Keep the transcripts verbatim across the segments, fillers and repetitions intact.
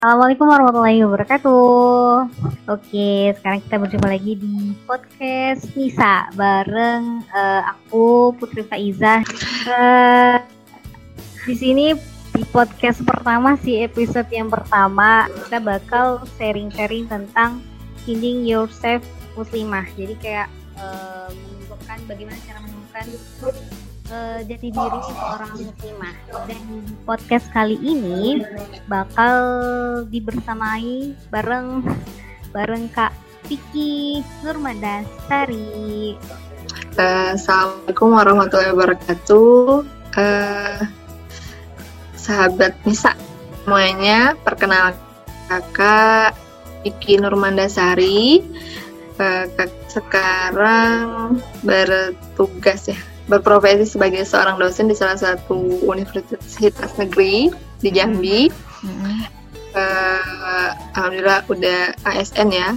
Assalamualaikum warahmatullahi wabarakatuh. Oke, sekarang kita berjumpa lagi di podcast Nisa bareng uh, aku Putri Faizah. Uh, di sini di podcast pertama sih, episode yang pertama kita bakal sharing-sharing tentang finding yourself muslimah. Jadi kayak uh, menemukan bagaimana cara menemukan Uh, jati diri seorang muslimah. Dan di podcast kali ini bakal dibersamai bareng bareng Kak Vicky Nurmandasari. Uh, Assalamualaikum warahmatullahi wabarakatuh. Uh, sahabat Nisa semuanya, perkenalkan kakak Vicky Nurmandasari. Uh, kak sekarang bertugas ya berprofesi sebagai seorang dosen di salah satu universitas negeri di Jambi. Mm-hmm. Uh, Alhamdulillah udah A S N ya.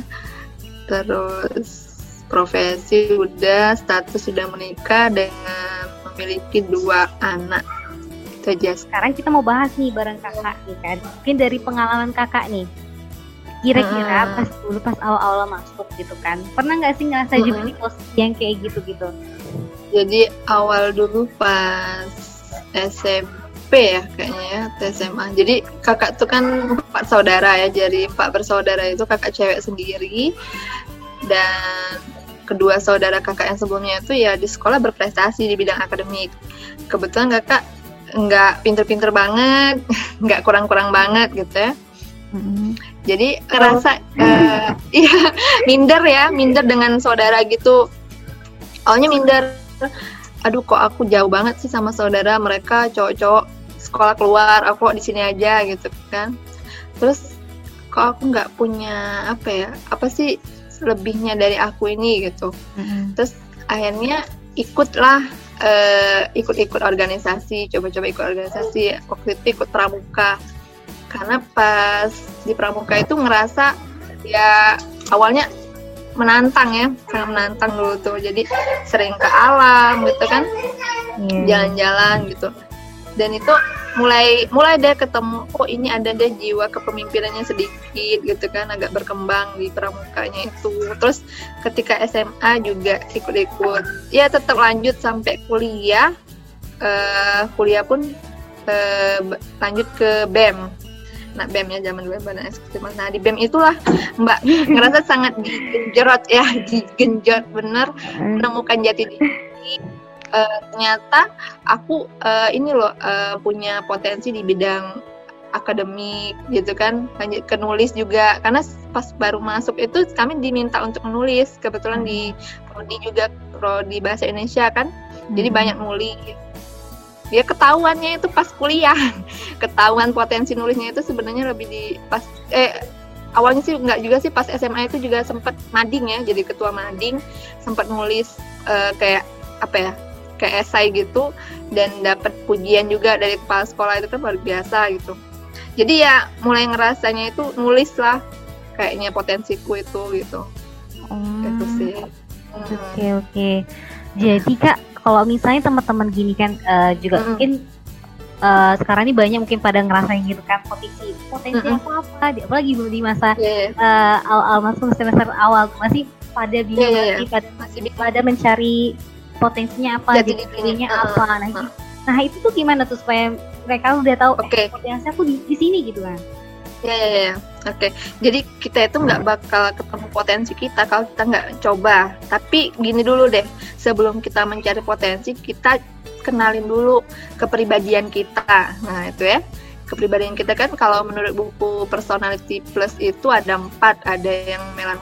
Terus profesi udah, status sudah menikah dengan memiliki dua anak. Itu aja. Sekarang kita mau bahas nih bareng kakak nih kan. Mungkin dari pengalaman kakak nih. Kira-kira hmm. pas dulu pas awal-awal masuk gitu kan. Pernah nggak sih ngerasa hmm. juga di posisi yang kayak gitu-gitu? Jadi awal dulu pas S M P ya kayaknya ya, atau S M A. Jadi kakak tuh kan empat saudara ya, jadi empat bersaudara itu kakak cewek sendiri. Dan kedua saudara kakak yang sebelumnya itu ya di sekolah berprestasi di bidang akademik. Kebetulan kakak nggak pinter-pinter banget, nggak kurang-kurang banget gitu ya. Mm-hmm. Jadi ngerasa uh, iya minder ya, minder dengan saudara gitu. Awalnya minder. Aduh kok aku jauh banget sih sama saudara, mereka cowok-cowok sekolah keluar, aku kok di sini aja gitu kan. Terus kok aku nggak punya apa ya, apa sih lebihnya dari aku ini gitu. Mm-hmm. Terus akhirnya ikutlah uh, ikut-ikut organisasi, coba-coba ikut organisasi. Waktu itu ikut pramuka, karena pas di pramuka itu ngerasa ya awalnya menantang ya, sangat menantang dulu tuh. Jadi sering ke alam gitu kan, yeah. jalan-jalan gitu. Dan itu mulai mulai deh ketemu, oh ini ada deh jiwa kepemimpinannya sedikit gitu kan, agak berkembang di pramukanya itu. Terus ketika S M A juga ikut-ikut, ya tetap lanjut sampai kuliah. Uh, kuliah pun uh, lanjut ke B E M. Nah, B E M-nya zaman dulu badan eksekutif. Nah, di B E M itulah Mbak ngerasa sangat digenjot ya, digenjot bener menemukan jati diri. Uh, ternyata aku uh, ini loh uh, punya potensi di bidang akademik gitu kan, lanjut ke nulis juga. Karena pas baru masuk itu kami diminta untuk menulis. Kebetulan di prodi juga prodi bahasa Indonesia kan. Jadi hmm. banyak nulis. Dia ketahuannya itu pas kuliah, ketahuan potensi nulisnya itu sebenarnya lebih di pas eh awalnya sih nggak juga sih, pas S M A itu juga sempat mading ya, jadi ketua mading, sempat nulis uh, kayak apa ya, kayak esai gitu, dan dapat pujian juga dari kepala sekolah, itu kan luar biasa gitu. Jadi ya mulai ngerasanya itu nulis lah kayaknya potensiku itu gitu. Hmm. Gitu sih. Oke okay, oke. Okay. Jadi Kak, kalau misalnya teman-teman gini kan uh, juga mm-hmm. mungkin uh, sekarang ini banyak mungkin pada ngerasain gitu kan potensi potensi mm-hmm. apa apa apalagi di masa yeah, yeah. Uh, awal masuk semester awal masih pada bingung yeah, yeah, yeah. pada masih pada mencari potensinya apa, jadi dirinya uh, apa. Nah, uh. nah itu tuh gimana tuh supaya mereka udah tahu okay. eh, potensi aku di, di sini gitu kan. Ya ya ya, oke. Okay. Jadi kita itu nggak bakal ketemu potensi kita kalau kita nggak coba. Tapi gini dulu deh, sebelum kita mencari potensi, kita kenalin dulu kepribadian kita. Nah itu ya, kepribadian kita kan kalau menurut buku Personality Plus itu ada empat, ada yang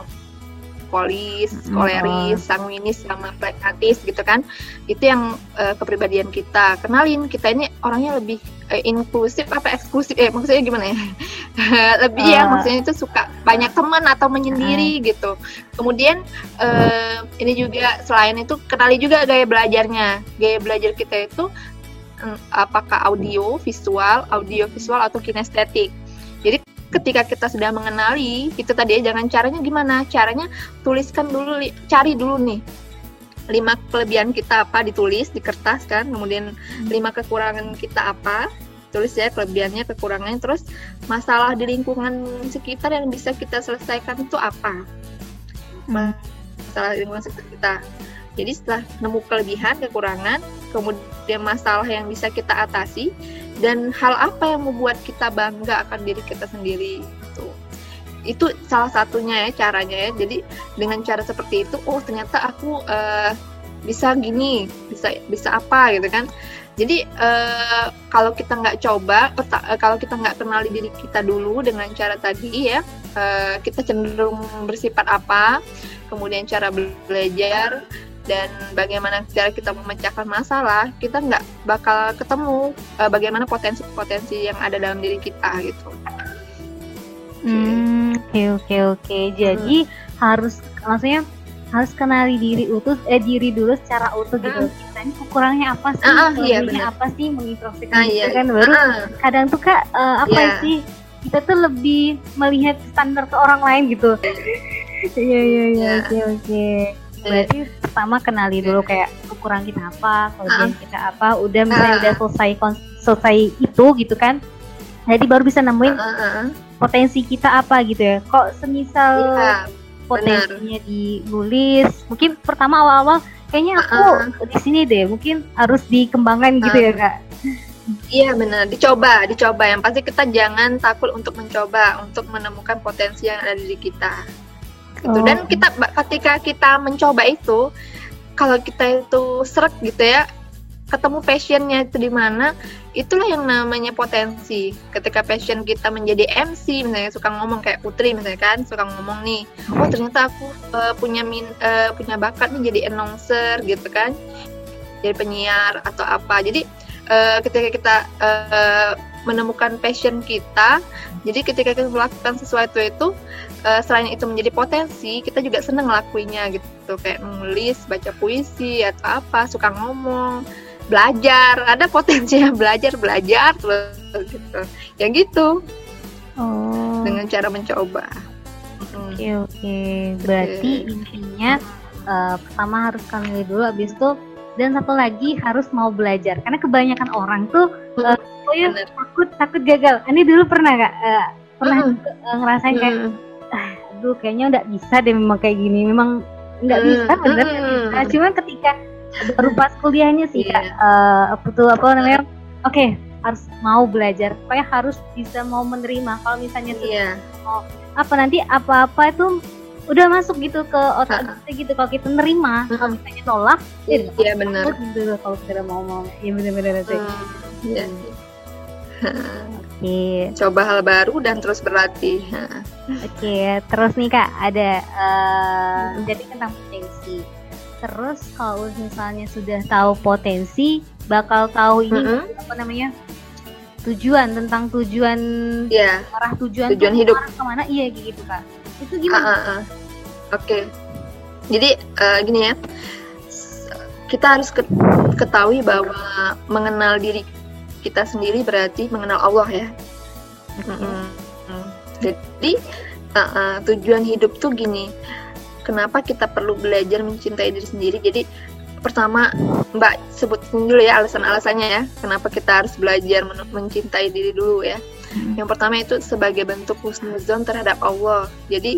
melankolis, koleris, sanguinis, sama pragmatis gitu kan. Itu yang uh, kepribadian kita. Kenalin kita ini orangnya lebih uh, inklusif apa eksklusif? Eh maksudnya gimana ya? lebih uh. ya maksudnya itu suka banyak teman atau menyendiri uh. gitu. Kemudian uh, ini juga selain itu kenali juga gaya belajarnya. Gaya belajar kita itu um, apakah audio, visual, audio visual atau kinestetik. Jadi ketika kita sudah mengenali itu tadi ya, jangan caranya gimana? Caranya tuliskan dulu, cari dulu nih lima kelebihan kita apa, ditulis di kertas kan, kemudian lima kekurangan kita apa, tulis ya kelebihannya, kekurangannya, terus masalah di lingkungan sekitar yang bisa kita selesaikan itu apa. Masalah di lingkungan sekitar kita. Jadi setelah nemu kelebihan, kekurangan, kemudian masalah yang bisa kita atasi, dan hal apa yang membuat kita bangga akan diri kita sendiri. Gitu. Itu salah satunya ya caranya ya. Jadi dengan cara seperti itu, oh ternyata aku uh, bisa gini, bisa bisa apa gitu kan. Jadi uh, kalau kita nggak coba, peta- uh, kalau kita nggak kenali diri kita dulu dengan cara tadi ya, uh, kita cenderung bersifat apa, kemudian cara belajar, dan bagaimana cara kita memecahkan masalah, kita nggak bakal ketemu uh, bagaimana potensi-potensi yang ada dalam diri kita gitu. Hmm, oke oke oke. Jadi hmm. harus, maksudnya harus kenali diri utuh, eh diri dulu secara utuh gitu. Hmm. Kita ini kekurangannya apa sih, uh, kelebihannya iya, apa sih, mengintrospeksi uh, gitu iya. kan. Baru uh, kadang tuh kak uh, apa yeah. sih, kita tuh lebih melihat standar ke orang lain gitu. Iya iya iya oke oke. Berarti pertama kenali dulu kayak kekurangan kita apa, kelebihan uh, kita apa. Udah misalnya uh, udah selesai selesai itu gitu kan. Jadi baru bisa nemuin uh, uh, uh. potensi kita apa gitu ya. Kok semisal yeah, potensinya bener. Dinulis, mungkin pertama awal-awal kayaknya aku uh, uh. di sini deh, mungkin harus dikembangkan gitu uh, ya kak. Iya benar, dicoba, dicoba. Yang pasti kita jangan takut untuk mencoba, untuk menemukan potensi yang ada di kita. Gitu. Oh. Dan kita ketika kita mencoba itu, kalau kita itu srek gitu ya, ketemu passionnya itu di mana, itulah yang namanya potensi. Ketika passion kita menjadi M C, misalnya suka ngomong kayak Putri misalnya kan, suka ngomong nih, oh ternyata aku uh, punya min, uh, punya bakat nih jadi announcer gitu kan, jadi penyiar atau apa. Jadi uh, ketika kita uh, menemukan passion kita, jadi ketika kita melakukan sesuatu itu, uh, selain itu menjadi potensi, kita juga senang ngelakuinnya gitu, kayak nulis, baca puisi atau apa, suka ngomong, belajar, ada potensinya belajar belajar terus gitu, ya gitu. Oh. Dengan cara mencoba. Oke hmm. oke, berarti okay. intinya uh, pertama harus kenali dulu, abis itu dan satu lagi harus mau belajar, karena kebanyakan orang tuh uh, oh ya takut takut gagal. Ini dulu pernah nggak uh, pernah mm. uh, ngerasain kayak ah, aduh kayaknya nggak bisa deh memang kayak gini, memang nggak mm. bisa bener nggak mm. bisa. Cuman ketika baru pas kuliahnya sih yeah. kak uh, apa tuh apa namanya oke okay, harus mau belajar, pokoknya harus bisa mau menerima kalau misalnya yeah. mau apa nanti apa-apa itu udah masuk gitu ke otak kita gitu. Kalau kita nerima, uh-huh. kalau misalnya nolak, iya ya, ya, benar. Gitu kalau kita mau mau, ya benar-benar sih. Hmm, ya. Oke. Okay. Coba hal baru dan terus berlatih. Oke, okay. Terus nih kak ada uh, hmm. jadi tentang potensi. Terus kalau misalnya sudah tahu potensi, bakal tahu ini mm-hmm. apa namanya tujuan tentang tujuan, yeah. arah tujuan, tujuan hidup arah kemana, iya gitu kak. Itu gimana? Uh, uh, uh. Oke, okay. Jadi uh, gini ya, kita harus ketahui bahwa mengenal diri kita sendiri berarti mengenal Allah ya. Okay. Mm-hmm. Jadi uh, uh, tujuan hidup tuh gini, kenapa kita perlu belajar mencintai diri sendiri? Jadi pertama Mbak sebutin dulu ya alasan-alasannya ya, kenapa kita harus belajar men- mencintai diri dulu ya. Hmm. Yang pertama itu sebagai bentuk husnuzon terhadap Allah. Jadi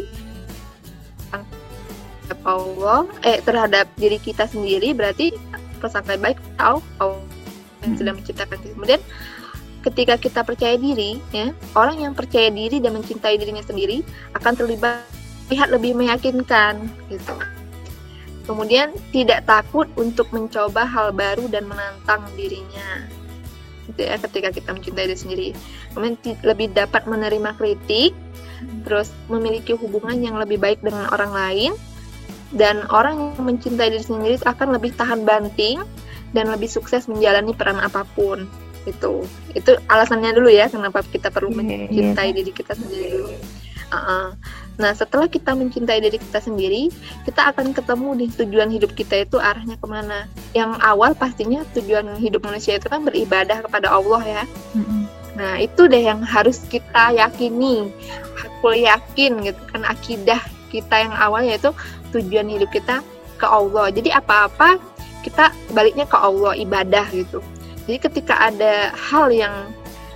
terhadap Allah, eh terhadap diri kita sendiri berarti prasangka baik tahu Allah yang sudah menciptakan kita. Kemudian ketika kita percaya diri ya, orang yang percaya diri dan mencintai dirinya sendiri akan terlibat lihat lebih meyakinkan gitu. Kemudian tidak takut untuk mencoba hal baru dan menantang dirinya. Gitu ya, ketika kita mencintai diri sendiri. Kemudian t- lebih dapat menerima kritik, hmm. terus memiliki hubungan yang lebih baik dengan orang lain, dan orang yang mencintai diri sendiri akan lebih tahan banting dan lebih sukses menjalani peran apapun. Itu, itu alasannya dulu ya, kenapa kita perlu yeah, mencintai yeah. diri kita sendiri dulu. Uh-uh. Nah, setelah kita mencintai diri kita sendiri, kita akan ketemu di tujuan hidup kita itu arahnya kemana. Yang awal pastinya tujuan hidup manusia itu kan beribadah kepada Allah ya. Mm-hmm. Nah, itu deh yang harus kita yakini, aku yakin gitu kan, akidah kita yang awal yaitu tujuan hidup kita ke Allah. Jadi apa-apa kita baliknya ke Allah, ibadah gitu. Jadi ketika ada hal yang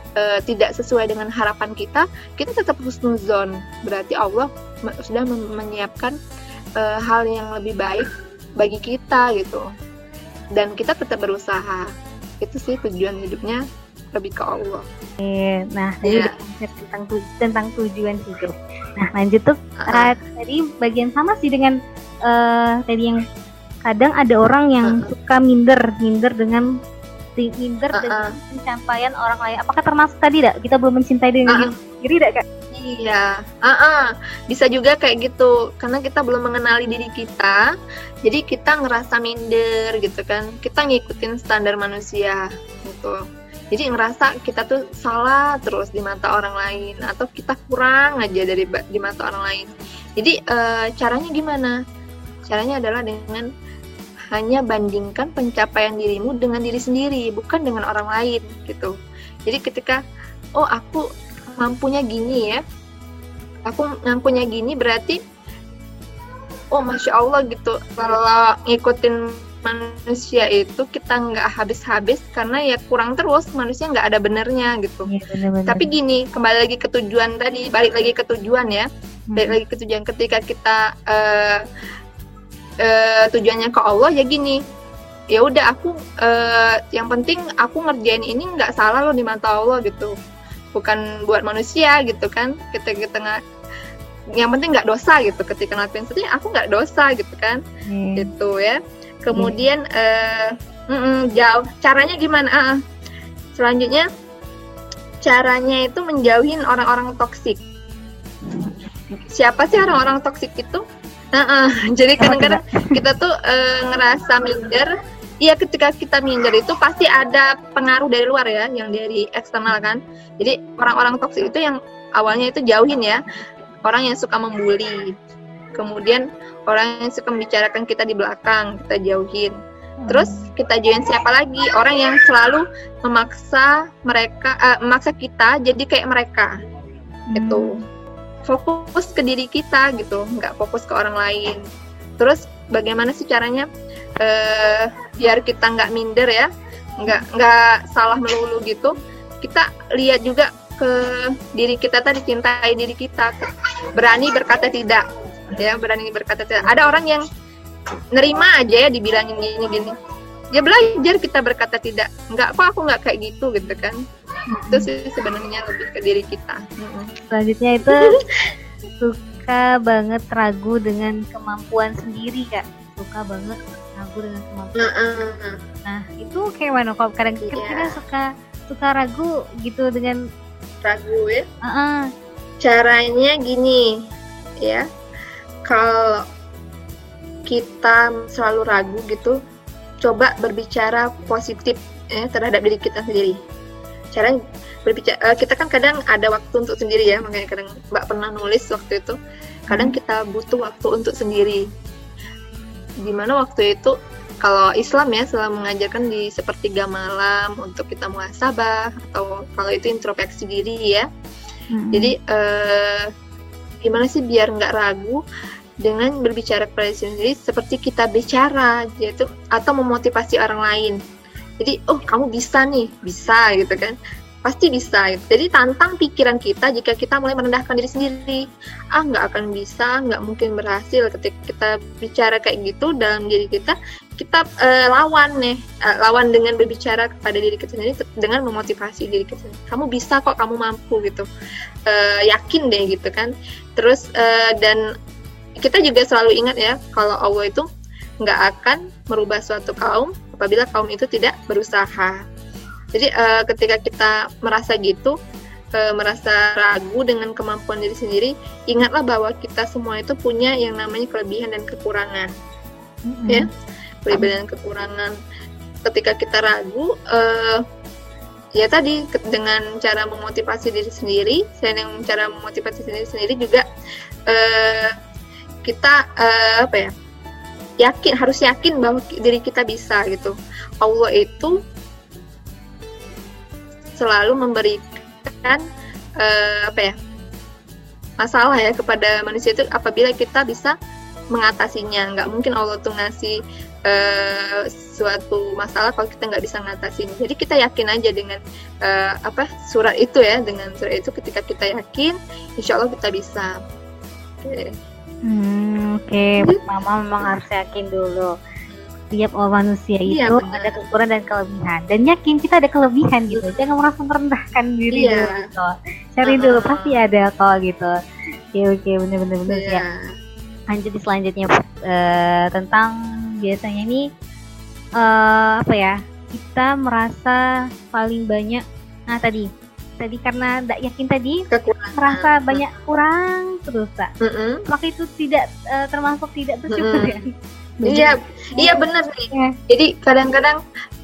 uh, tidak sesuai dengan harapan kita, kita tetap husnuzon. Berarti Allah sudah menyiapkan uh, hal yang lebih baik bagi kita gitu. Dan kita tetap berusaha. Itu sih tujuan hidupnya, lebih ke Allah. Eh, nah, tadi yeah. udah tentang tu- tentang tujuan hidup. Nah, lanjut tuh uh-uh. tadi bagian sama sih dengan uh, tadi yang kadang ada orang yang uh-uh. suka minder, minder dengan minder uh-uh. dengan pencapaian orang lain. Apakah termasuk tadi tidak? Kita belum mencintai diri uh-uh. sendiri tidak, Kak? Iya, uh-uh. bisa juga kayak gitu. Karena kita belum mengenali diri kita, jadi kita ngerasa minder gitu kan. Kita ngikutin standar manusia gitu. Jadi ngerasa kita tuh salah terus di mata orang lain, atau kita kurang aja dari di mata orang lain. Jadi uh, caranya gimana? Caranya adalah dengan hanya bandingkan pencapaian dirimu dengan diri sendiri, bukan dengan orang lain gitu. Jadi ketika oh aku mampunya gini ya, aku mampunya gini berarti oh masya Allah gitu. Kalau ngikutin manusia itu kita nggak habis-habis karena ya kurang terus, manusia nggak ada benernya gitu. Ya, bener-bener. Tapi gini, kembali lagi ke tujuan tadi, balik lagi ke tujuan ya, hmm. balik lagi ke tujuan ketika kita uh, uh, tujuannya ke Allah ya gini, ya udah aku uh, yang penting aku ngerjain ini nggak salah loh di mata Allah gitu, bukan buat manusia gitu kan. Kita kita nggak, yang penting nggak dosa gitu. Ketika ngelakuin sesuatu aku nggak dosa gitu kan, hmm. gitu ya. Kemudian uh, jauh caranya gimana? Uh, selanjutnya caranya itu menjauhin orang-orang toksik. Siapa sih orang-orang toksik itu? Uh-uh. Jadi kadang-kadang kita tuh uh, ngerasa minder. Iya, ketika kita minder itu pasti ada pengaruh dari luar ya, yang dari eksternal kan. Jadi orang-orang toksik itu yang awalnya itu jauhin ya. Orang yang suka membuli. Kemudian orang yang suka membicarakan kita di belakang, kita jauhin. Terus kita jauhin siapa lagi? Orang yang selalu memaksa mereka, uh, memaksa kita jadi kayak mereka, gitu. Fokus ke diri kita, gitu, nggak fokus ke orang lain. Terus bagaimana sih caranya uh, biar kita nggak minder ya, nggak nggak salah melulu gitu? Kita lihat juga ke diri kita tadi, cintai diri kita, berani berkata tidak. Ya, berani berkata tidak. Ada orang yang nerima aja ya dibilangin gini gini. Dia belajar kita berkata tidak. Enggak, kok aku enggak kayak gitu gitu kan. Mm-hmm. Itu sih sebenarnya lebih ke diri kita. Mm-hmm. Selanjutnya itu suka banget ragu dengan kemampuan sendiri, Kak. Suka banget ragu dengan kemampuan. Mm-hmm. Nah, itu kayak mana kok? Kadang yeah. kita suka suka ragu gitu dengan ragu ya. Uh-uh. Caranya gini, ya. Kalau kita selalu ragu gitu, coba berbicara positif ya, terhadap diri kita sendiri. Caranya berbicara, kita kan kadang ada waktu untuk sendiri ya, makanya kadang Mbak pernah nulis waktu itu, kadang kita butuh waktu untuk sendiri. Dimana waktu itu, kalau Islam ya selalu mengajarkan di sepertiga malam untuk kita muhasabah, atau kalau itu introspeksi diri ya. Hmm. Jadi eh, gimana sih biar nggak ragu dengan berbicara kepada diri sendiri seperti kita bicara, yaitu atau memotivasi orang lain. Jadi, oh kamu bisa nih, bisa gitu kan, pasti bisa. Gitu. Jadi tantang pikiran kita jika kita mulai merendahkan diri sendiri. Ah nggak akan bisa, nggak mungkin berhasil. Ketika kita bicara kayak gitu dalam diri kita, kita uh, lawan nih, uh, lawan dengan berbicara kepada diri kita sendiri dengan memotivasi diri kita sendiri. Kamu bisa kok, kamu mampu gitu, uh, yakin deh gitu kan. Terus uh, dan kita juga selalu ingat ya, kalau Allah itu nggak akan merubah suatu kaum apabila kaum itu tidak berusaha. Jadi uh, ketika kita merasa gitu, uh, merasa ragu dengan kemampuan diri sendiri, ingatlah bahwa kita semua itu punya yang namanya kelebihan dan kekurangan, mm-hmm. ya, kelebihan dan kekurangan. Ketika kita ragu, uh, ya tadi dengan cara memotivasi diri sendiri, selain yang cara memotivasi diri sendiri juga uh, kita uh, apa ya, yakin, harus yakin bahwa diri kita bisa gitu. Allah itu selalu memberikan uh, apa ya, masalah ya kepada manusia itu apabila kita bisa mengatasinya. Nggak mungkin Allah tuh ngasih uh, suatu masalah kalau kita nggak bisa ngatasin. Jadi kita yakin aja dengan uh, apa surat itu ya, dengan surat itu ketika kita yakin, insya Allah kita bisa. Oke. Okay. Hmm, oke, okay. Mama memang harus yakin dulu. Tiap orang manusia iya, itu benar. Ada kekurangan dan kelebihan, dan yakin kita ada kelebihan gitu. Jangan merasa merendahkan diri iya. dulu gitu. Cari uh-huh. dulu pasti ada kok gitu. Oke oke bener-bener bener yeah. ya. Lanjut di selanjutnya uh, tentang biasanya ini uh, apa ya? Kita merasa paling banyak. Nah tadi tadi karena tidak yakin tadi kekurangan. Merasa banyak kurang terus tak. Uh-uh. Maka itu tidak uh, termasuk tidak bersyukur uh-uh. ya. Iya, iya benar nih. Ya. Jadi kadang-kadang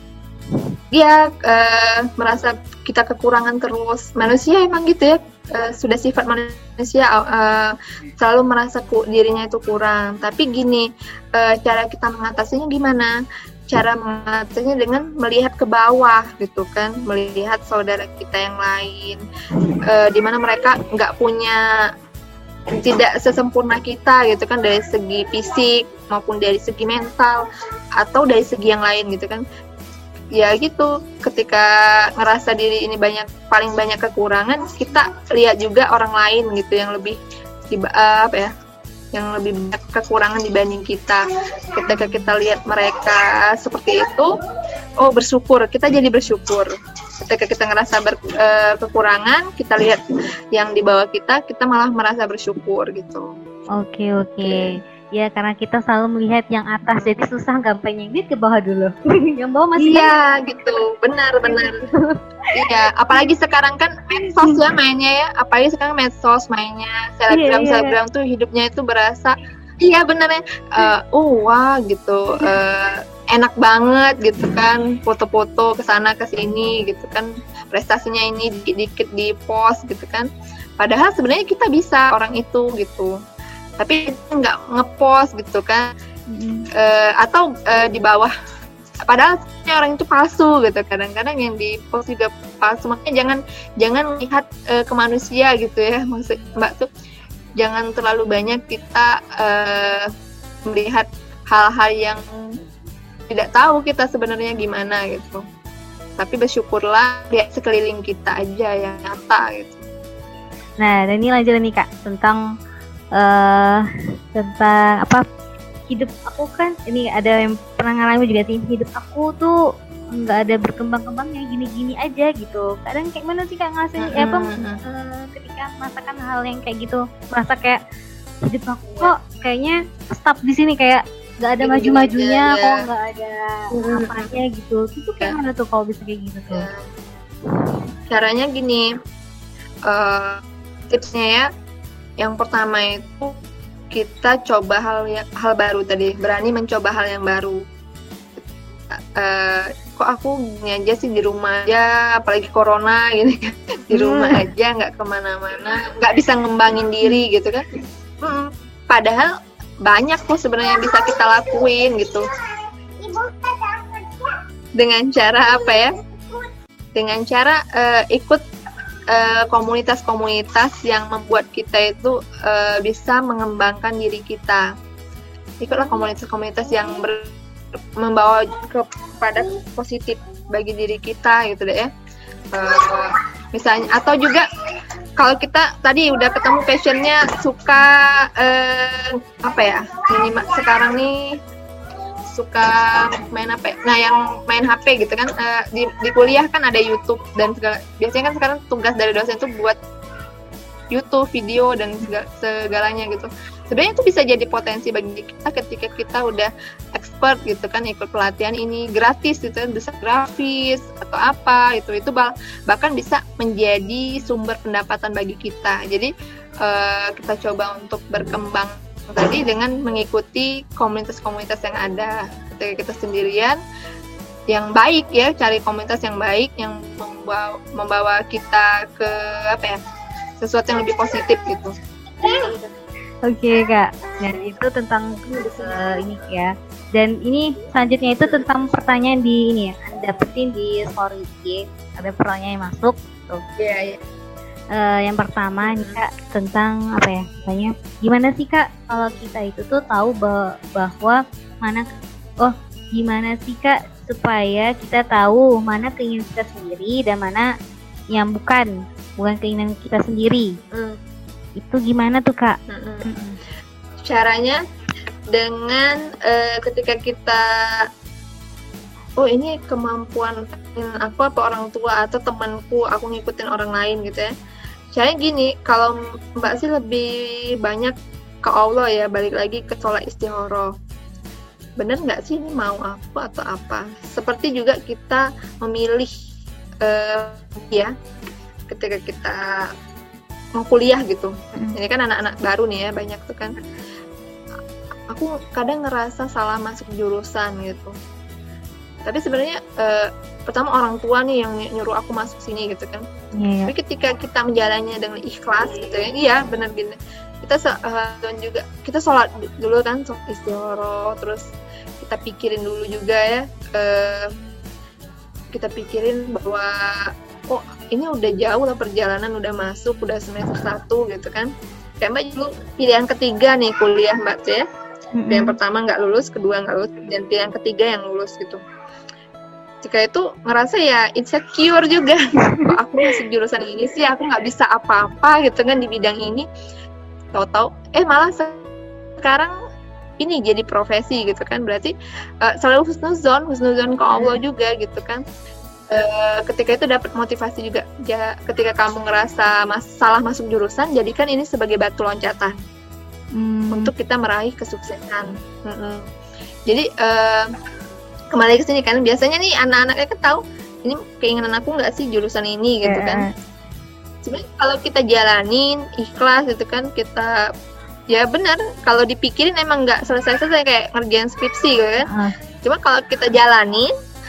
dia uh, merasa kita kekurangan terus. Manusia emang gitu ya, uh, sudah sifat manusia uh, selalu merasa ku, dirinya itu kurang. Tapi gini, uh, cara kita mengatasinya gimana? Cara mengatasinya dengan melihat ke bawah gitu kan, melihat saudara kita yang lain, uh, di mana mereka nggak punya, tidak sesempurna kita gitu kan, dari segi fisik maupun dari segi mental atau dari segi yang lain gitu kan. Ya gitu, ketika ngerasa diri ini banyak paling banyak kekurangan, kita lihat juga orang lain gitu yang lebih uh, apa ya yang lebih banyak kekurangan dibanding kita. Ketika kita lihat mereka seperti itu, oh bersyukur, kita jadi bersyukur. Ketika kita ngerasa ber, uh, kekurangan, kita lihat yang di bawah kita, kita malah merasa bersyukur gitu. Oke oke. Okay. Ya karena kita selalu melihat yang atas, jadi susah gampang yang lihat ke bawah dulu. Yang bawah masih iya kan? Gitu, benar-benar. Iya, apalagi sekarang kan medsos ya mainnya ya, apalagi sekarang medsos mainnya, selebgram yeah, selebgram yeah. tuh hidupnya itu berasa, iya benernya, uh, oh wah gitu, uh, enak banget gitu kan, foto-foto kesana kesini gitu kan, prestasinya ini dikit-dikit di post gitu kan, padahal sebenarnya kita bisa orang itu gitu. Tapi nggak ngepost gitu kan, mm. uh, atau uh, di bawah, padahal orang itu palsu gitu. Kadang-kadang yang di post juga palsu, makanya jangan jangan lihat uh, ke manusia gitu ya, maksud Mbak tuh jangan terlalu banyak kita uh, melihat hal-hal yang tidak tahu kita sebenarnya gimana gitu. Tapi bersyukurlah lihat sekeliling kita aja yang nyata gitu. Nah, dan ini lanjut nih Kak tentang Uh, tentang apa hidup aku kan, ini ada yang pernah ngalamin juga sih, hidup aku tuh nggak ada berkembang-kembangnya, gini-gini aja gitu. Kadang kayak mana sih Kak ngasih mm-hmm. ya apa uh, ketika merasakan hal yang kayak gitu, merasa kayak hidup aku kok kayaknya stop di sini, kayak nggak ada maju-majunya, ya, ya. Kok nggak ada mm-hmm. apanya gitu. Itu kayak mana tuh kalau bisa kayak gitu tuh? Caranya gini, uh, tipsnya ya. Yang pertama itu kita coba hal yang, hal baru tadi, berani mencoba hal yang baru. Uh, kok aku gini aja sih di rumah aja, apalagi corona gini kan, di rumah hmm. aja, nggak kemana-mana, nggak bisa ngembangin diri gitu kan. Hmm, padahal banyak kok sebenarnya yang bisa kita lakuin gitu. Dengan cara apa ya? Dengan cara uh, ikut Uh, komunitas-komunitas yang membuat kita itu uh, bisa mengembangkan diri kita. Ikutlah komunitas-komunitas yang ber, membawa kepada positif bagi diri kita gitu deh ya. Uh, misalnya, atau juga kalau kita tadi udah ketemu passionnya, suka uh, apa ya? Ini sekarang nih suka main H P. Nah, yang main H P gitu kan, uh, di, di kuliah kan ada YouTube dan segala. Biasanya kan sekarang tugas dari dosen itu buat YouTube, video dan segala, segalanya gitu. Sebenarnya itu bisa jadi potensi bagi kita ketika kita udah expert gitu kan, ikut pelatihan ini gratis gitu kan, bisa grafis atau apa itu itu bahkan bisa menjadi sumber pendapatan bagi kita. Jadi uh, kita coba untuk berkembang tadi dengan mengikuti komunitas-komunitas yang ada. Ketika kita sendirian, yang baik ya, cari komunitas yang baik yang membawa, membawa kita ke apa ya, sesuatu yang lebih positif gitu. Oke Kak, dan itu tentang uh, ini ya. Dan ini selanjutnya itu tentang pertanyaan di ini ya, dapetin di story ya. Ada pertanyaan yang masuk tuh. Iya, iya. uh, yang pertama nih Kak, tentang apa ya, katanya gimana sih Kak kalau kita itu tuh tahu bah- bahwa mana, oh gimana sih Kak supaya kita tahu mana keinginan kita sendiri dan mana yang bukan bukan keinginan kita sendiri. Hmm. Itu gimana tuh Kak? Mm-mm. Mm-mm. Caranya dengan uh, ketika kita, oh ini kemampuan aku apa orang tua atau temanku, aku ngikutin orang lain gitu ya. Caranya gini, kalau Mbak sih lebih banyak ke Allah ya, balik lagi ke sholat istikharah. Bener nggak sih ini mau aku atau apa? Seperti juga kita memilih uh, ya ketika kita mau kuliah gitu. Mm. Ini kan anak-anak baru nih ya, banyak tuh kan. Aku kadang ngerasa salah masuk jurusan gitu. Tapi sebenarnya uh, pertama orang tua nih yang nyuruh aku masuk sini gitu kan. Yeah. Tapi ketika kita menjalannya dengan ikhlas gitu ya, iya benar gini. Kita uh, dan juga kita sholat dulu kan, sholat istikharah, terus kita pikirin dulu juga ya. Uh, kita pikirin bahwa oh ini udah jauh lah perjalanan, udah masuk, udah semester satu gitu kan. Kayak Mbak dulu pilihan ketiga nih kuliah Mbak ya. Mm-hmm. Yang pertama nggak lulus, kedua nggak lulus, dan pilihan ketiga yang lulus gitu. Jika itu ngerasa ya insecure juga. Kok aku masuk jurusan ini sih, aku nggak bisa apa-apa gitu kan di bidang ini. Tahu-tahu, eh malah sekarang ini jadi profesi gitu kan. Berarti uh, selalu husnuzon, husnuzon ke Allah juga gitu kan. Uh, ketika itu dapat motivasi juga. Ya, ketika kamu ngerasa mas- salah masuk jurusan, jadikan ini sebagai batu loncatan. Hmm. Untuk kita meraih kesuksesan. Mm-mm. Jadi uh, kembali ke sini kan, biasanya nih anak-anaknya kan tahu ini keinginan aku nggak sih jurusan ini gitu yeah. kan. Sebenarnya kalau kita jalanin ikhlas gitu kan, kita ya benar kalau dipikirin emang nggak selesai-selesai kayak ngerjain skripsi gitu kan. Uh. Cuma kalau kita jalanin,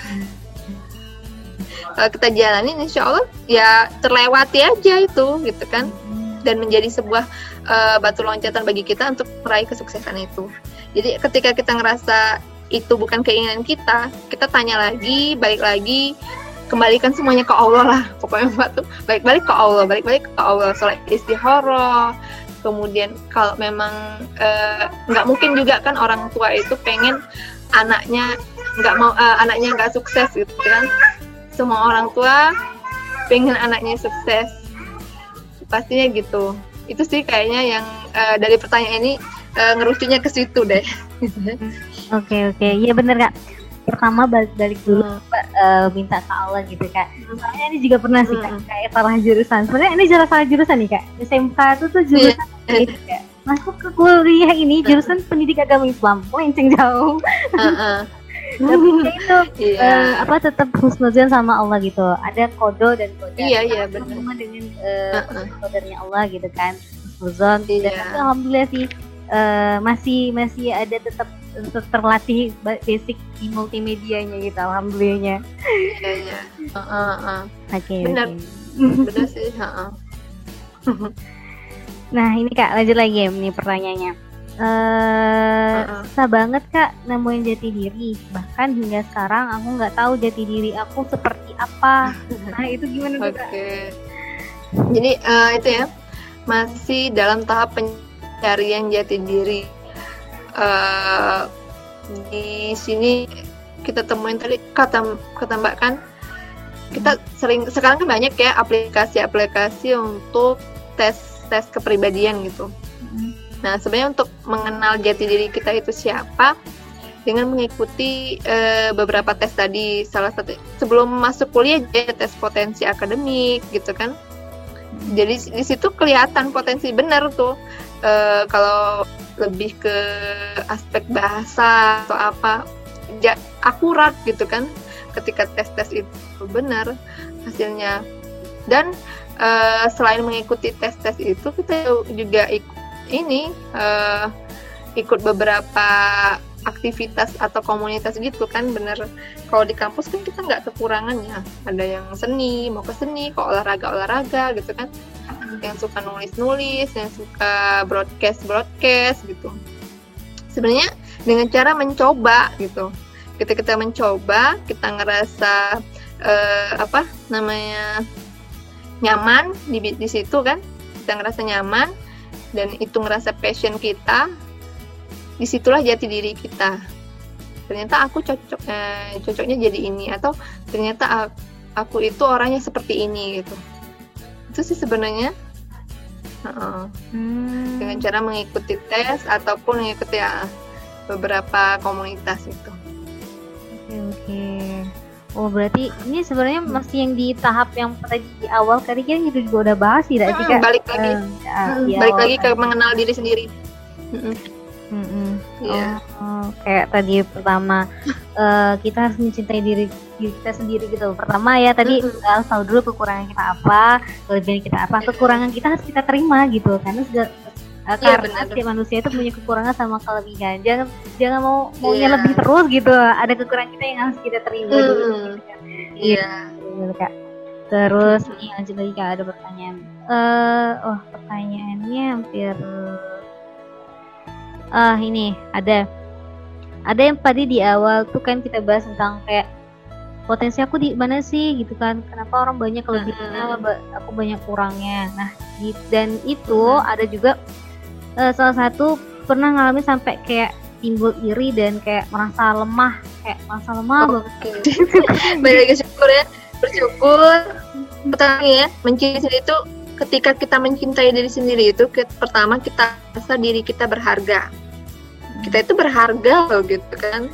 kalau kita jalanin insya Allah ya terlewati aja itu gitu kan. Dan menjadi sebuah uh, batu loncatan bagi kita untuk meraih kesuksesan itu. Jadi ketika kita ngerasa itu bukan keinginan kita, kita tanya lagi, balik lagi, kembalikan semuanya ke Allah lah. Pokoknya Mbak tuh balik-balik ke Allah, balik-balik ke Allah, sholat istikharah. Kemudian kalau memang nggak uh, mungkin juga kan orang tua itu pengen anaknya nggak mau uh, anaknya nggak sukses gitu kan. Semua orang tua pengen anaknya sukses. Pastinya gitu. Itu sih kayaknya yang uh, dari pertanyaan ini uh, ngerucunya ke situ deh. Oke oke, iya bener Kak. Pertama balik-balik dulu hmm. uh, minta ke Allah gitu Kak. Soalnya ini juga pernah sih Kak, kayak salah jurusan. Sebenarnya ini salah salah jurusan nih Kak. S M K itu tuh jurusan yeah. gitu Kak. Masuk ke kuliah ini jurusan uh. pendidik agama Islam, melenceng jauh. Uh-uh. Tapi itu yeah. uh, apa tetap husnuzon sama Allah gitu. Ada kodo dan kodar. Iya iya benar. Sama dengan uh, uh-uh. kodarnya Allah gitu kan. Husnuzon. Yeah. Dan tapi alhamdulillah sih uh, masih masih ada tetap terlatih basic di multimedianya gitu. Alhamdulillahnya. Iya iya. Heeh. Oke. Benar. Okay. Benar sih. Heeh. Nah ini Kak lanjut lagi ya nih pertanyaannya. Uh, uh-uh. Susah banget Kak nemuin jati diri, bahkan hingga sekarang aku nggak tahu jati diri aku seperti apa. Nah itu gimana tuh Kak? Oke. Jadi uh, itu ya masih dalam tahap pencarian jati diri. Uh, di sini kita temuin tadi kata kata Mbak kan kita sering sekarang kan banyak ya aplikasi-aplikasi untuk tes tes kepribadian gitu. Hmm. Nah, sebenarnya untuk mengenal jati diri kita itu siapa dengan mengikuti e, beberapa tes tadi, salah satu sebelum masuk kuliah ya, tes potensi akademik gitu kan. Jadi di situ kelihatan potensi benar tuh e, kalau lebih ke aspek bahasa atau apa ya, akurat gitu kan ketika tes-tes itu benar hasilnya. Dan e, selain mengikuti tes-tes itu kita juga ikut ini uh, ikut beberapa aktivitas atau komunitas gitu kan. Bener kalau di kampus kan kita nggak kekurangannya, ada yang seni, mau ke seni, ke olahraga olahraga gitu kan, yang suka nulis nulis, yang suka broadcast broadcast gitu. Sebenarnya dengan cara mencoba gitu, ketika kita mencoba kita ngerasa uh, apa namanya nyaman di di situ kan, kita ngerasa nyaman dan itu ngerasa passion kita, disitulah jati diri kita. Ternyata aku cocok eh, cocoknya jadi ini, atau ternyata aku itu orangnya seperti ini gitu. Itu sih sebenarnya uh, hmm. dengan cara mengikuti tes ataupun mengikuti ya, beberapa komunitas itu. Oke oke. Oh berarti ini sebenarnya masih yang di tahap yang tadi di awal tadi kan itu juga udah bahas tidak sih Kak? Balik lagi, uh, hmm, ya, balik lagi ke kan. Mengenal diri sendiri. Mm-mm. Yeah. Oh, kayak tadi pertama uh, kita harus mencintai diri kita sendiri gitu. Pertama ya tadi mm-hmm. harus tahu dulu kekurangan kita apa, kelebihan kita apa, kekurangan kita harus kita terima gitu. Karena sudah uh, yeah, karena setiap manusia itu punya kekurangan sama kelebihan. Jangan jangan mau maunya yeah. lebih terus gitu. Ada kekurangan kita yang harus kita terima mm-hmm. dulu. Iya. Gitu, Kak. Terus mm-hmm. nih lanjut lagi Kak, ada pertanyaan. Uh, oh pertanyaannya hampir Ah ini ada ada yang tadi di awal tuh kan kita bahas tentang kayak potensi aku di mana sih gitu kan, kenapa orang banyak kelebihannya, mm-hmm. aku banyak kurangnya. Nah di, dan itu mm-hmm. ada juga uh, salah satu pernah ngalamin sampai kayak timbul iri dan kayak merasa lemah, kayak merasa lemah oh, banget. Okay. Baik lagi syukur ya, bersyukur. Pertama ya, mencintai sendiri itu ketika kita mencintai diri sendiri itu pertama kita rasa diri kita berharga. Kita itu berharga loh gitu kan.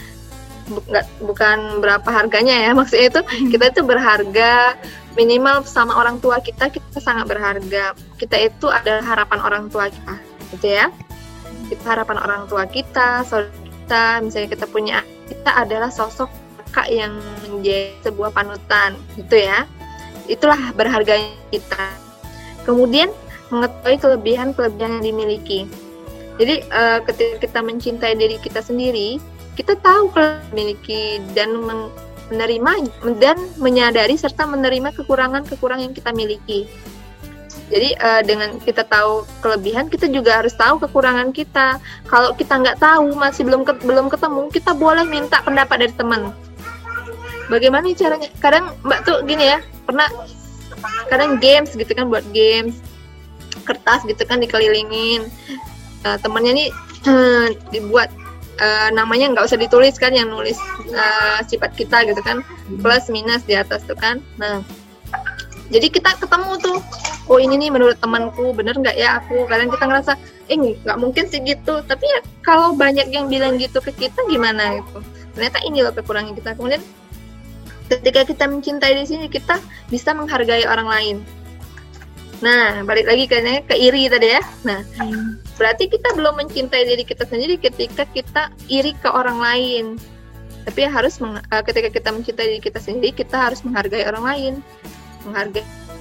Bukan, bukan berapa harganya ya, maksudnya itu kita itu berharga, minimal sama orang tua kita kita sangat berharga. Kita itu adalah harapan orang tua kita, gitu ya. Kita harapan orang tua kita, saudara kita, misalnya kita punya, kita adalah sosok kakak yang menjadi sebuah panutan, gitu ya. Itulah berharganya kita. Kemudian mengetahui kelebihan-kelebihan yang dimiliki. Jadi uh, ketika kita mencintai diri kita sendiri, kita tahu kelebihan memiliki dan menerima dan menyadari serta menerima kekurangan-kekurangan yang kita miliki. Jadi uh, dengan kita tahu kelebihan, kita juga harus tahu kekurangan kita. Kalau kita nggak tahu, masih belum ke, belum ketemu, kita boleh minta pendapat dari teman. Bagaimana caranya? Kadang Mbak tuh gini ya, pernah kadang games gitu kan, buat games kertas gitu kan dikelilingin, uh, temennya nih uh, dibuat uh, namanya nggak usah ditulis kan, yang nulis uh, sifat kita gitu kan, plus minus di atas tuh kan. Nah jadi kita ketemu tuh, oh ini nih menurut temanku bener nggak ya aku. Kadang kita ngerasa eh nggak mungkin sih gitu, tapi ya kalau banyak yang bilang gitu ke kita gimana gitu, ternyata ini loh kekurangan kita. Kemudian ketika kita mencintai di sini, kita bisa menghargai orang lain. Nah, balik lagi kayaknya ke iri tadi ya. Nah, hmm. berarti kita belum mencintai diri kita sendiri ketika kita iri ke orang lain. Tapi harus meng- ketika kita mencintai diri kita sendiri, kita harus menghargai orang lain. Menghargai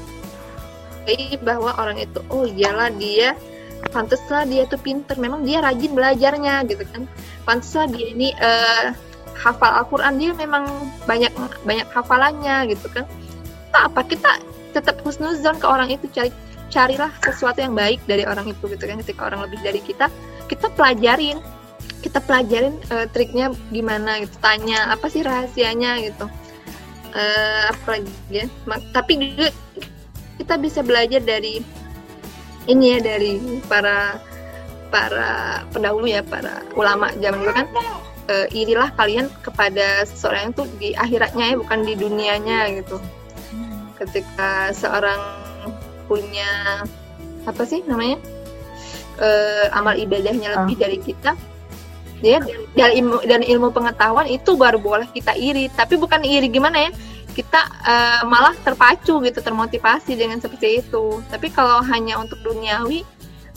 bahwa orang itu, oh iyalah dia, pantaslah dia tuh pinter, memang dia rajin belajarnya gitu kan. Pantaslah dia ini uh, hafal Al-Quran, dia memang banyak banyak hafalannya gitu kan. Nah, apa kita tetap husnuzon ke orang itu, cari carilah sesuatu yang baik dari orang itu gitu kan. Ketika orang lebih dari kita, kita pelajarin kita pelajarin uh, triknya gimana gitu, tanya apa sih rahasianya gitu, uh, apa lagi ya. Tapi juga kita bisa belajar dari ini ya, dari para para pendahulu ya, para ulama zaman dulu kan. Uh, irilah kalian kepada seseorang itu di akhiratnya ya, bukan di dunianya gitu. Ketika seorang punya apa sih namanya uh, amal ibadahnya lebih oh. dari kita, ya, dan ilmu dan ilmu pengetahuan itu baru boleh kita iri. Tapi bukan iri gimana ya, kita uh, malah terpacu gitu, termotivasi dengan seperti itu. Tapi kalau hanya untuk duniawi,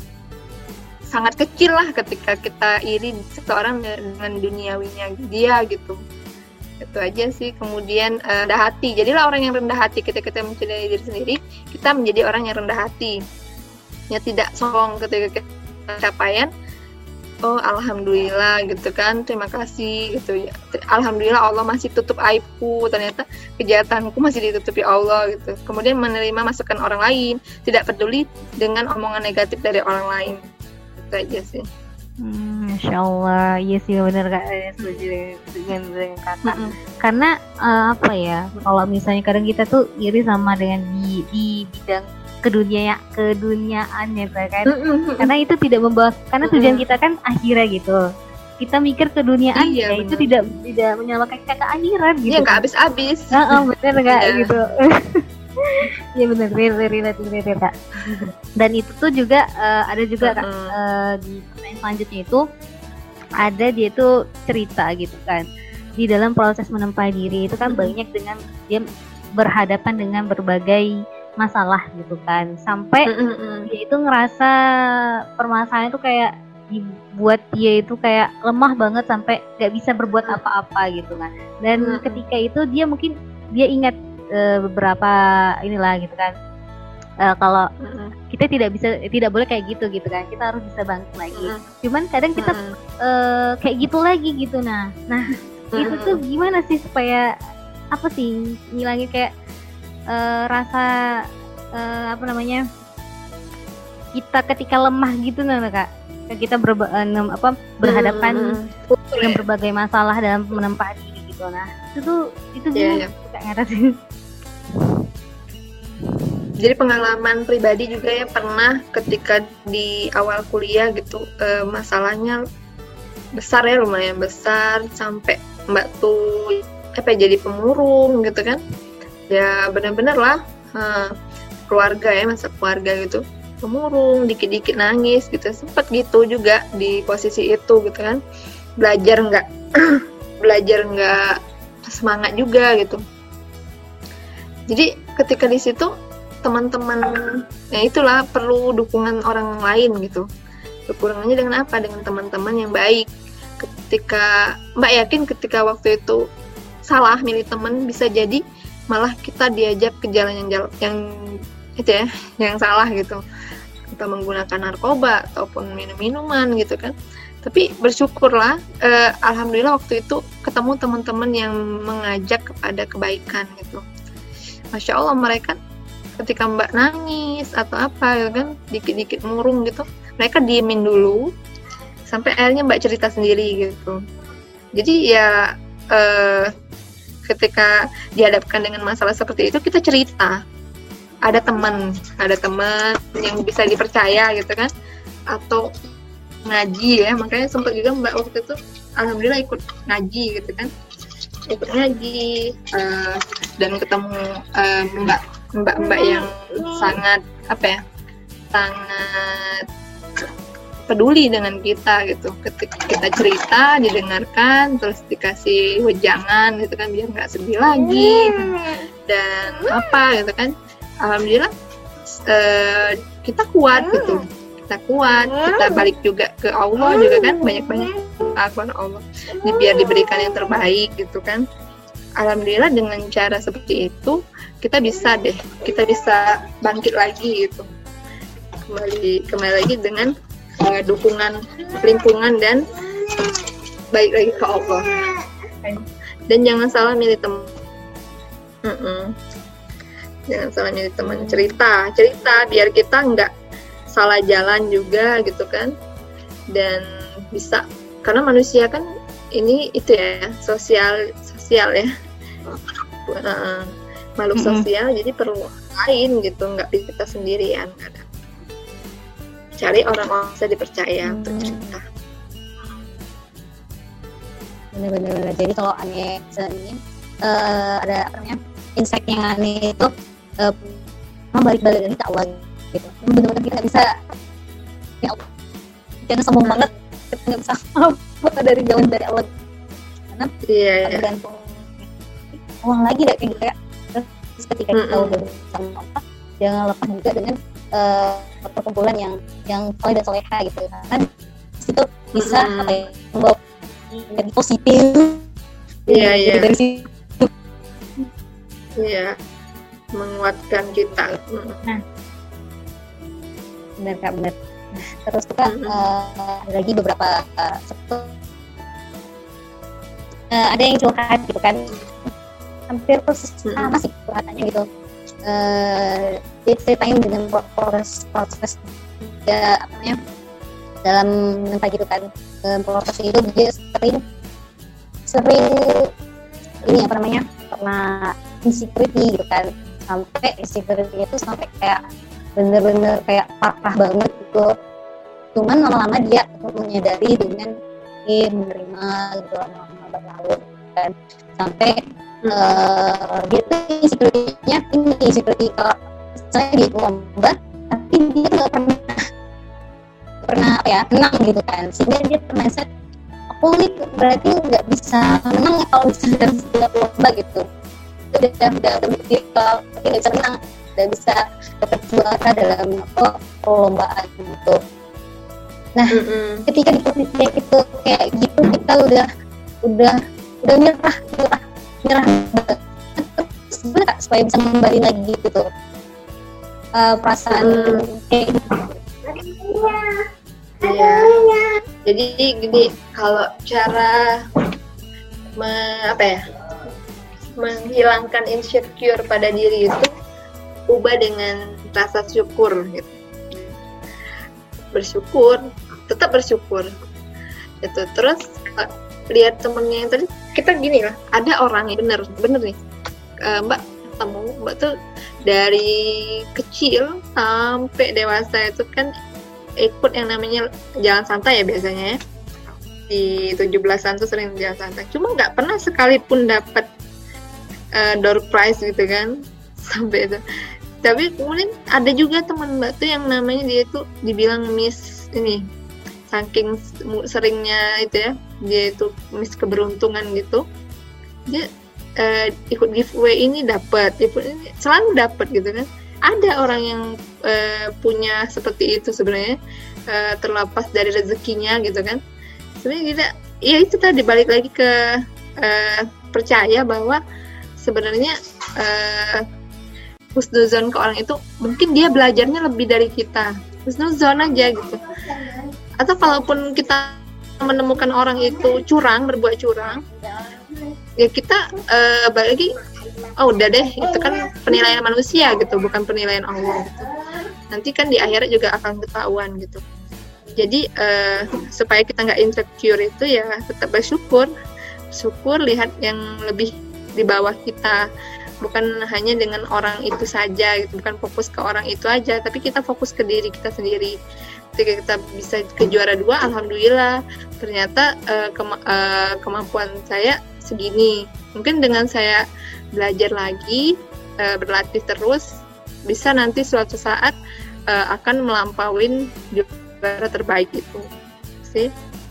sangat kecil lah ketika kita iri seseorang dengan duniawinya dia gitu. Itu aja sih. Kemudian uh, rendah hati, jadilah orang yang rendah hati. Ketika kita mencintai diri sendiri, kita menjadi orang yang rendah hati, ya tidak sombong ketika kita capaian. Oh alhamdulillah gitu kan, terima kasih gitu ya, alhamdulillah Allah masih tutup aibku, ternyata kejahatanku masih ditutupi Allah gitu. Kemudian menerima masukan orang lain, tidak peduli dengan omongan negatif dari orang lain. Itu aja sih. Hmm, Masya Allah, iya sih benar Kak, saya setuju dengan dengan kata. Mm-mm. Karena eh, apa ya, kalau misalnya kadang kita tuh iri sama dengan di di bidang kedunia keduniaan ya kan. Mm-mm. Karena itu tidak membawa, karena tujuan Mm-mm. kita kan akhirat gitu. Kita mikir keduniaan Iya, ya itu benar. tidak tidak menyalahkan kita ke akhirat gitu. Iya, nggak kan. habis-habis. Heeh, benar nggak Iya. gitu. Iya benar, relate relate relate Kak. Dan itu tuh juga eh, ada juga Kak, Mm-mm. eh, di pertanyaan selanjutnya itu ada dia tuh cerita gitu kan, di dalam proses menempa diri itu kan Mm-mm. banyak dengan dia berhadapan dengan berbagai masalah gitu kan, sampai Mm-mm. dia itu ngerasa permasalahan itu kayak dibuat dia itu kayak lemah banget sampai gak bisa berbuat Mm. apa-apa gitu kan. Dan Mm-mm. ketika itu dia mungkin dia ingat eh, beberapa inilah gitu kan. Eh, kalau Mm-mm. kita tidak bisa tidak boleh kayak gitu gitu kan, kita harus bisa bangkit lagi. Mm-mm. Cuman kadang kita Mm-mm. eh, kayak gitu lagi gitu. Nah nah itu Mm-mm. tuh gimana sih supaya apa sih ngilangin kayak eh, rasa eh, apa namanya, kita ketika lemah gitu nah Kak, kita berba, eh, nem- apa berhadapan Mm-mm. dengan berbagai masalah dalam menempa diri gitu. Nah itu tuh itu Iya, gimana iya. Kak ngatasin? Jadi pengalaman pribadi juga ya, pernah ketika di awal kuliah gitu, eh, masalahnya besar ya, lumayan besar, sampai mbak tuh apa ya, jadi pemurung gitu kan. Ya benar-benar lah, eh, keluarga ya, masa keluarga gitu, pemurung, dikit-dikit nangis gitu, sempet gitu juga di posisi itu gitu kan. Belajar nggak belajar nggak semangat juga gitu. Jadi ketika di situ teman-teman, ya itulah perlu dukungan orang lain gitu. Kekurangannya dengan apa? Dengan teman-teman yang baik. Ketika Mbak yakin ketika waktu itu salah milih teman, bisa jadi malah kita diajak ke jalan yang jal- yang itu ya, yang salah gitu. Kita menggunakan narkoba ataupun minum-minuman gitu kan. Tapi bersyukurlah, eh, alhamdulillah waktu itu ketemu teman-teman yang mengajak kepada kebaikan gitu. Masya Allah, mereka ketika Mbak nangis atau apa ya kan, dikit-dikit murung gitu, mereka diemin dulu sampai akhirnya Mbak cerita sendiri gitu. Jadi ya eh, ketika dihadapkan dengan masalah seperti itu, kita cerita. Ada teman, ada teman yang bisa dipercaya gitu kan, atau ngaji ya, makanya sempat juga Mbak waktu itu alhamdulillah ikut ngaji gitu kan, ikut ngaji uh, dan ketemu uh, mbak mbak-mbak yang sangat apa ya, sangat peduli dengan kita gitu. Ketika kita cerita, didengarkan, terus dikasih wejangan gitu kan, biar nggak sedih lagi dan apa gitu kan. Alhamdulillah uh, kita kuat gitu, kita kuat, kita balik juga ke Allah juga kan, banyak-banyak kepada Allah biar diberikan yang terbaik gitu kan. Alhamdulillah dengan cara seperti itu kita bisa deh, kita bisa bangkit lagi gitu, kembali kembali lagi dengan uh, dukungan lingkungan dan balik lagi ke Allah. Dan jangan salah milih teman, Mm-mm. jangan salah milih teman, cerita cerita biar kita nggak salah jalan juga gitu kan. Dan bisa, karena manusia kan ini itu ya, sosial sosial ya, uh, makhluk Mm-mm. sosial, jadi perlu lain gitu, nggak kita sendirian. Kadang cari orang-orang bisa dipercaya Hmm. untuk cerita. Bener-bener. Jadi kalau aneh ini uh, ada apa namanya, insight yang aneh itu uh, balik-balik dari ke Allah gitu. Bener-bener kita bisa, ya Allah, jangan sombong Hmm. banget kita nggak bisa apa dari jauh dari Allah, karena Iya, iya. tergantung uang lagi deh kayak gitu ya. Terus ketika kita Mm-mm. udah bersama Allah, jangan lepas juga dengan uh, perkumpulan yang yang soleh dan soleha gitu, kan itu bisa Mm-mm. apa ya, membawa energi positif. Iya, Jadi iya. dari situ Iya, menguatkan kita. Mm. benar kak, benar. Terus juga Mm-mm. uh, ada lagi beberapa uh, satu, uh, ada yang curhat gitu kan, hampir persis Mm-mm. sama sih curhatannya gitu. Uh, dia ceritain dengan proses proses ya apa namanya, dalam menempa gitu kan um, proses itu dia sering sering ini apa namanya pernah insecurity gitu kan, sampai insecurity itu sampai kayak bener-bener kayak parah banget gitu. Cuman lama-lama dia menyadari dengan eh, menerima gitu lama-lama berlalu kan, sampai uh, dia tuh insecurity-nya ini insecurity kalau saya di lomba tapi dia nggak pernah pernah apa ya menang gitu kan, sehingga dia mindset aku nih berarti nggak bisa menang kalau misalnya dalam setiap lomba gitu. Itu udah udah berpikir kalau nggak bisa menang, nggak bisa dapat juara dalam apa perlombaan gitu. Nah, mm-hmm. ketika di posisi kayak gitu kayak gitu kita udah udah udah nyerah nyerah nyerah banget sebenarnya supaya bisa kembali lagi gitu uh, perasaan hmm. kayak gitu. Iya. Jadi gini, kalau cara me, apa ya menghilangkan insecure pada diri itu ubah dengan rasa syukur gitu. Bersyukur, tetap bersyukur. Itu terus lihat temennya yang tadi kita gini lah, ada orang yang bener bener nih uh, Mbak ketemu Mbak tuh dari kecil sampai dewasa itu kan ikut yang namanya jalan santai ya biasanya ya. Di tujuh belasan tuh sering jalan santai. Cuma nggak pernah sekalipun dapat uh, door prize gitu kan sampai itu. Tapi kemudian ada juga teman Mbak tuh yang namanya dia tuh dibilang miss ini, saking seringnya itu ya, dia itu miss keberuntungan gitu. Dia uh, ikut giveaway ini dapat, ikut ini selalu dapat gitu kan. Ada orang yang uh, punya seperti itu sebenarnya, uh, terlepas dari rezekinya gitu kan. Sebenarnya kita, ya itu tadi balik lagi ke uh, percaya bahwa sebenarnya uh, husnuzon ke orang itu mungkin dia belajarnya lebih dari kita. Husnuzon aja gitu. Atau kalaupun kita menemukan orang itu curang, berbuat curang, ya kita uh, balik lagi, oh udah deh, itu kan penilaian manusia gitu, bukan penilaian Allah gitu. Nanti kan di akhirat juga akan ketahuan gitu. Jadi uh, supaya kita nggak insecure itu ya tetap bersyukur, syukur lihat yang lebih di bawah kita, bukan hanya dengan orang itu saja gitu, bukan fokus ke orang itu aja, tapi kita fokus ke diri kita sendiri. Ketika kita bisa ke juara dua, alhamdulillah, ternyata uh, kema- uh, kemampuan saya segini. Mungkin dengan saya belajar lagi, uh, berlatih terus, bisa nanti suatu saat uh, akan melampauin juara terbaik itu, sih.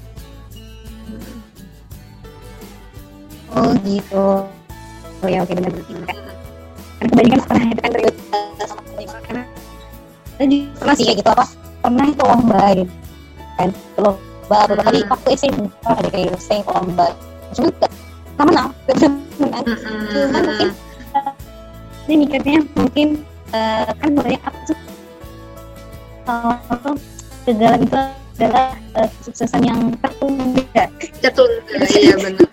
Oh gitu. Oh ya, oke benar benar. Kan kebanyakan pernah itu kan dari sama teman karena saya juga pernah sih kayak gitu apa pernah itu lomba gitu kan lomba beberapa kali waktu S M P ada kayak saya lomba cuma nggak sama menang menang cuma mungkin ini mikirnya mungkin uh, kan banyak apa tuh uh, kegagalan itu adalah uh, kesuksesan yang tertunda tertunda iya benar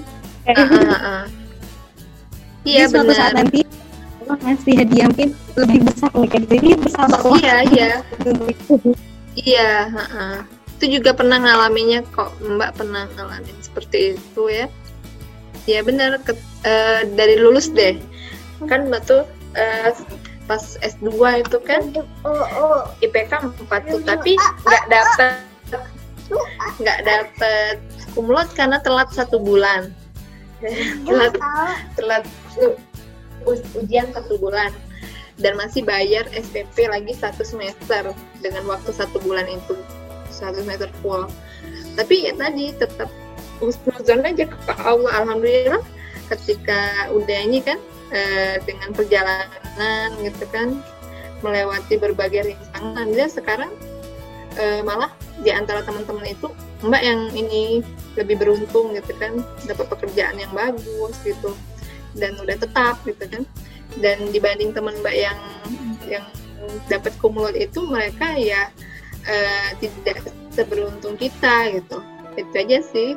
iya benar suatu saat nanti Allah ngasih hadiah mungkin lebih besar lagi jadi bersama Allah iya iya iya uh-uh. Itu juga pernah ngalaminya kok Mbak pernah ngalamin seperti itu ya ya benar ke, uh, dari lulus deh kan Mbak tuh uh, pas S dua itu kan I P K empat tuh tapi nggak dapet nggak dapet kumlot karena telat satu bulan telat telat ujian satu bulan dan masih bayar S P P lagi satu semester dengan waktu satu bulan itu satu semester full. Tapi ya tadi tetap husnuzon aja ke Allah. Alhamdulillah ketika udah ini kan eh, dengan perjalanan gitu kan melewati berbagai rintangan dia sekarang eh, malah di antara teman-teman itu Mbak yang ini lebih beruntung gitu kan dapat pekerjaan yang bagus gitu dan udah tetap gitu kan dan dibanding teman Mbak yang yang dapat kumulot itu mereka ya uh, tidak seberuntung kita gitu itu aja sih.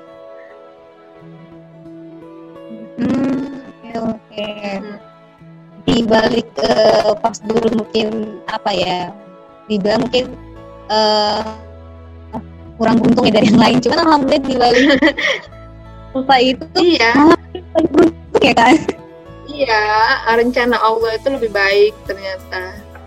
Hmm, oke. Okay. Hmm. Di balik uh, pas dulu mungkin apa ya dibilang mungkin uh, kurang beruntung ya dari yang lain. Cuman alhamdulillah di balik lupa itu Iya. malah paling beruntung ya kan. Iya, rencana Allah itu lebih baik ternyata.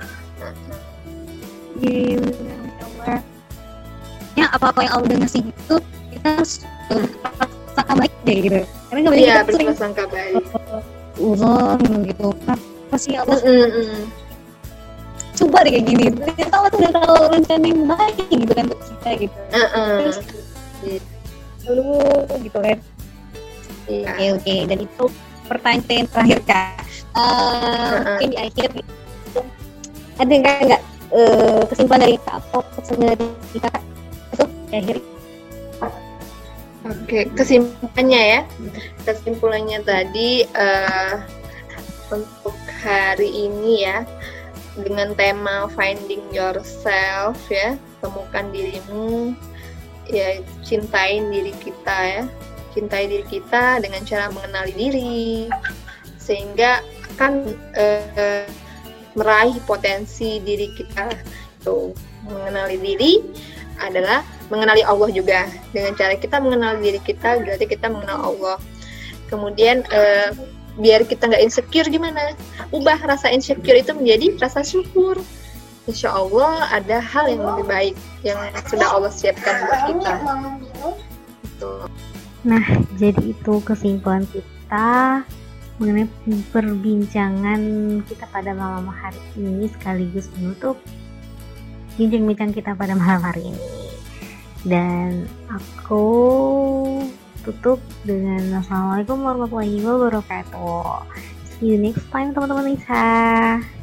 Iya, benar. Ya apa-apa yang Allah udah ngasih gitu kita harus uh, sangka baik deh gitu. Karena nggak boleh Iya, kita sering berprasangka baik. uzon gitu. Apa sih Allah Mm-mm. coba deh kayak gini. Ternyata Allah tuh udah tahu rencana yang baik gitu kan untuk kita gitu. Uh-uh. Terus lalu gitu kan. Iya. Oke oke. Dan itu pertanyaan yang terakhir Kak. Uh, Uh-uh. Mungkin di akhir gitu. Ada nggak nggak uh, kesimpulan dari Kak atau pesan dari Kakak itu di akhir? Oke, kesimpulannya ya. Kesimpulannya tadi eh, untuk hari ini ya, dengan tema finding yourself ya, temukan dirimu, ya cintain diri kita ya, cintai diri kita dengan cara mengenali diri, sehingga akan eh, meraih potensi diri kita. Tuh, mengenali diri adalah mengenali Allah juga. Dengan cara kita mengenal diri kita, berarti kita mengenal Allah. Kemudian eh, biar kita nggak insecure gimana? Ubah rasa insecure itu menjadi rasa syukur. Insya Allah ada hal yang lebih baik yang sudah Allah siapkan buat kita. Gitu. Nah, jadi itu kesimpulan kita mengenai perbincangan kita pada malam hari ini, sekaligus menutup bincang-bincang kita pada malam hari ini. Dan aku tutup dengan assalamualaikum warahmatullahi wabarakatuh. See you next time teman-teman Nisa.